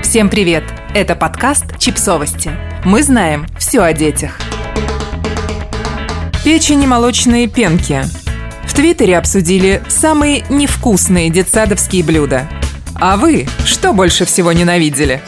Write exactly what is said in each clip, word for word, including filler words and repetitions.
Всем привет! Это подкаст «Чипсовости». Мы знаем все о детях. Печень и молочные пенки. В Твиттере обсудили самые невкусные детсадовские блюда. А вы что больше всего ненавидели?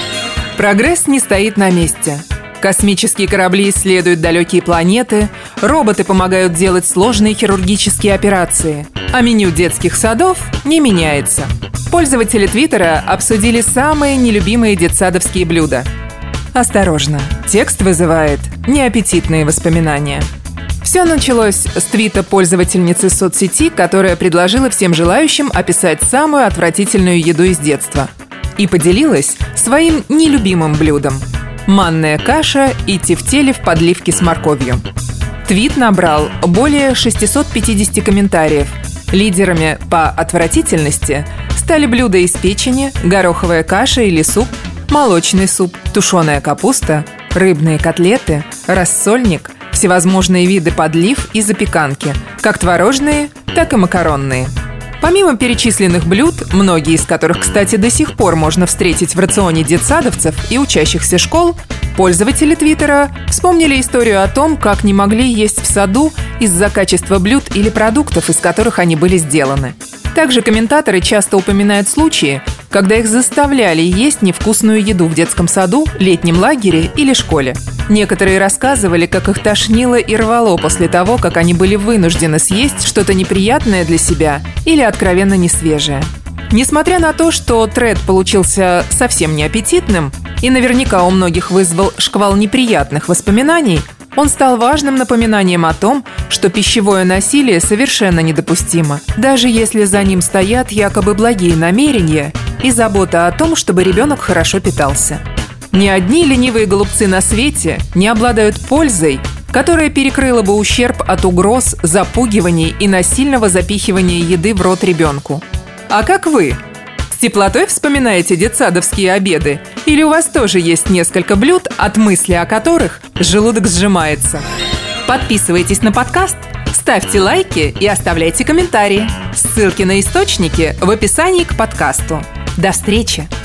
Прогресс не стоит на месте. Космические корабли исследуют далекие планеты, роботы помогают делать сложные хирургические операции, а меню детских садов не меняется. Пользователи Твиттера обсудили самые нелюбимые детсадовские блюда. Осторожно, текст вызывает неаппетитные воспоминания. Все началось с твита пользовательницы соцсети, которая предложила всем желающим описать самую отвратительную еду из детства. И поделилась своим нелюбимым блюдом – манная каша и тефтели в подливке с морковью. Твит набрал более шестьсот пятьдесят комментариев. Лидерами по отвратительности стали блюда из печени, гороховая каша или суп, молочный суп, тушеная капуста, рыбные котлеты, рассольник, всевозможные виды подлив и запеканки, как творожные, так и макаронные. Помимо перечисленных блюд, многие из которых, кстати, до сих пор можно встретить в рационе детсадовцев и учащихся школ, пользователи Твиттера вспомнили историю о том, как не могли есть в саду из-за качества блюд или продуктов, из которых они были сделаны. Также комментаторы часто упоминают случаи, когда их заставляли есть невкусную еду в детском саду, летнем лагере или школе. Некоторые рассказывали, как их тошнило и рвало после того, как они были вынуждены съесть что-то неприятное для себя или откровенно несвежее. Несмотря на то, что тред получился совсем неаппетитным и наверняка у многих вызвал шквал неприятных воспоминаний, он стал важным напоминанием о том, что пищевое насилие совершенно недопустимо, даже если за ним стоят якобы благие намерения и забота о том, чтобы ребенок хорошо питался. Ни одни ленивые голубцы на свете не обладают пользой, которая перекрыла бы ущерб от угроз, запугиваний и насильного запихивания еды в рот ребенку. А как вы? С теплотой вспоминаете детсадовские обеды? Или у вас тоже есть несколько блюд, от мысли о которых желудок сжимается? Подписывайтесь на подкаст, ставьте лайки и оставляйте комментарии. Ссылки на источники в описании к подкасту. До встречи!